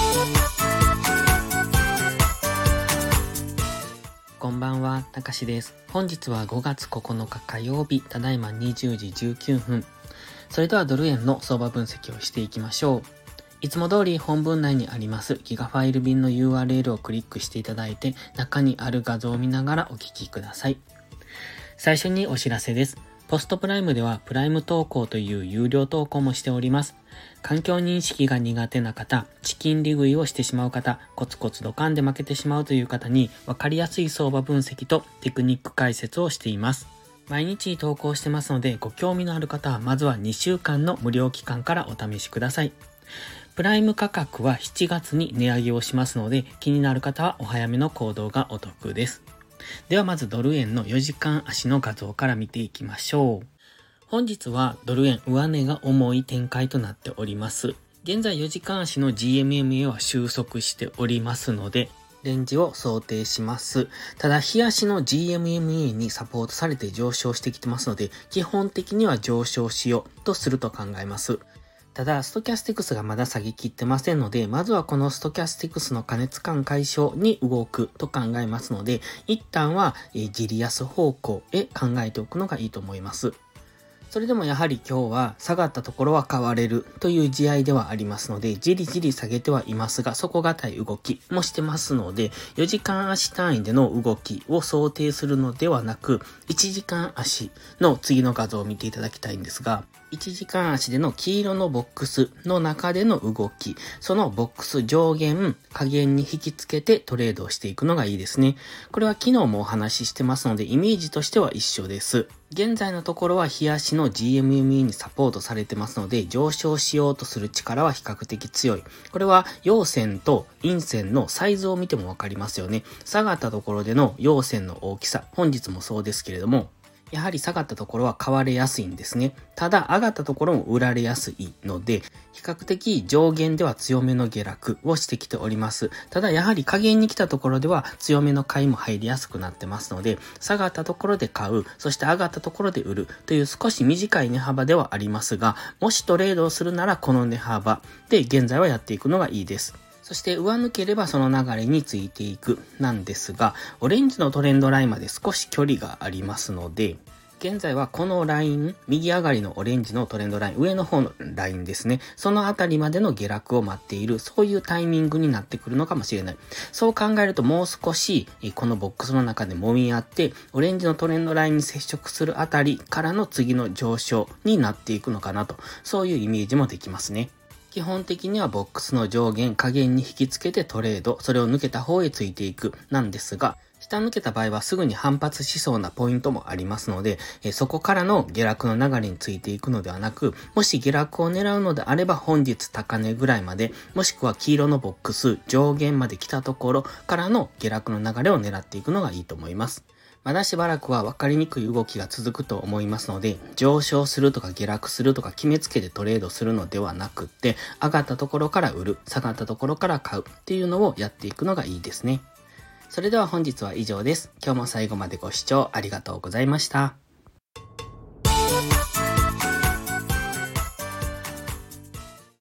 こんばんは、たかしです。本日は5月9日火曜日、ただいま20時19分。それではドル円の相場分析をしていきましょう。いつも通り本文内にありますギガファイル便の URL をクリックしていただいて、中にある画像を見ながらお聞きください。最初にお知らせです。ポストプライムではプライム投稿という有料投稿もしております。環境認識が苦手な方、チキン利食いをしてしまう方、コツコツドカンで負けてしまうという方に分かりやすい相場分析とテクニック解説をしています。毎日投稿してますので、ご興味のある方はまずは2週間の無料期間からお試しください。プライム価格は7月に値上げをしますので、気になる方はお早めの行動がお得です。ではまずドル円の4時間足の画像から見ていきましょう。本日はドル円上値が重い展開となっております。現在4時間足の GMMA は収束しておりますので、レンジを想定します。ただ、日足の GMMA にサポートされて上昇してきてますので、基本的には上昇しようとすると考えます。ただ、ストキャスティクスがまだ下げ切ってませんので、まずはこのストキャスティクスの過熱感解消に動くと考えますので、一旦はじり安方向へ考えておくのがいいと思います。それでもやはり今日は下がったところは買われるという試合ではありますので、じりじり下げてはいますが、底堅い動きもしてますので、4時間足単位での動きを想定するのではなく、1時間足の次の画像を見ていただきたいんですが、1時間足での黄色のボックスの中での動き、そのボックス上限、下限に引き付けてトレードをしていくのがいいですね。これは昨日もお話ししてますので、イメージとしては一緒です。現在のところは日足の GMMA にサポートされてますので、上昇しようとする力は比較的強い。これは陽線と陰線のサイズを見てもわかりますよね。下がったところでの陽線の大きさ、本日もそうですけれども、やはり下がったところは買われやすいんですね。ただ上がったところも売られやすいので、比較的上限では強めの下落をしてきております。ただやはり下限に来たところでは強めの買いも入りやすくなってますので、下がったところで買う、そして上がったところで売るという少し短い値幅ではありますが、もしトレードをするならこの値幅で現在はやっていくのがいいです。そして上抜ければその流れについていくなんですが、オレンジのトレンドラインまで少し距離がありますので、現在はこのライン、右上がりのオレンジのトレンドライン、上の方のラインですね。そのあたりまでの下落を待っている、そういうタイミングになってくるのかもしれない。そう考えるともう少し、このボックスの中で揉み合って、オレンジのトレンドラインに接触するあたりからの次の上昇になっていくのかなと、そういうイメージもできますね。基本的にはボックスの上限、下限に引き付けてトレード、それを抜けた方へついていくなんですが、下抜けた場合はすぐに反発しそうなポイントもありますので、そこからの下落の流れについていくのではなく、もし下落を狙うのであれば本日高値ぐらいまで、もしくは黄色のボックス上限まで来たところからの下落の流れを狙っていくのがいいと思います。まだしばらくは分かりにくい動きが続くと思いますので、上昇するとか下落するとか決めつけてトレードするのではなくって、上がったところから売る、下がったところから買うっていうのをやっていくのがいいですね。それでは本日は以上です。今日も最後までご視聴ありがとうございました。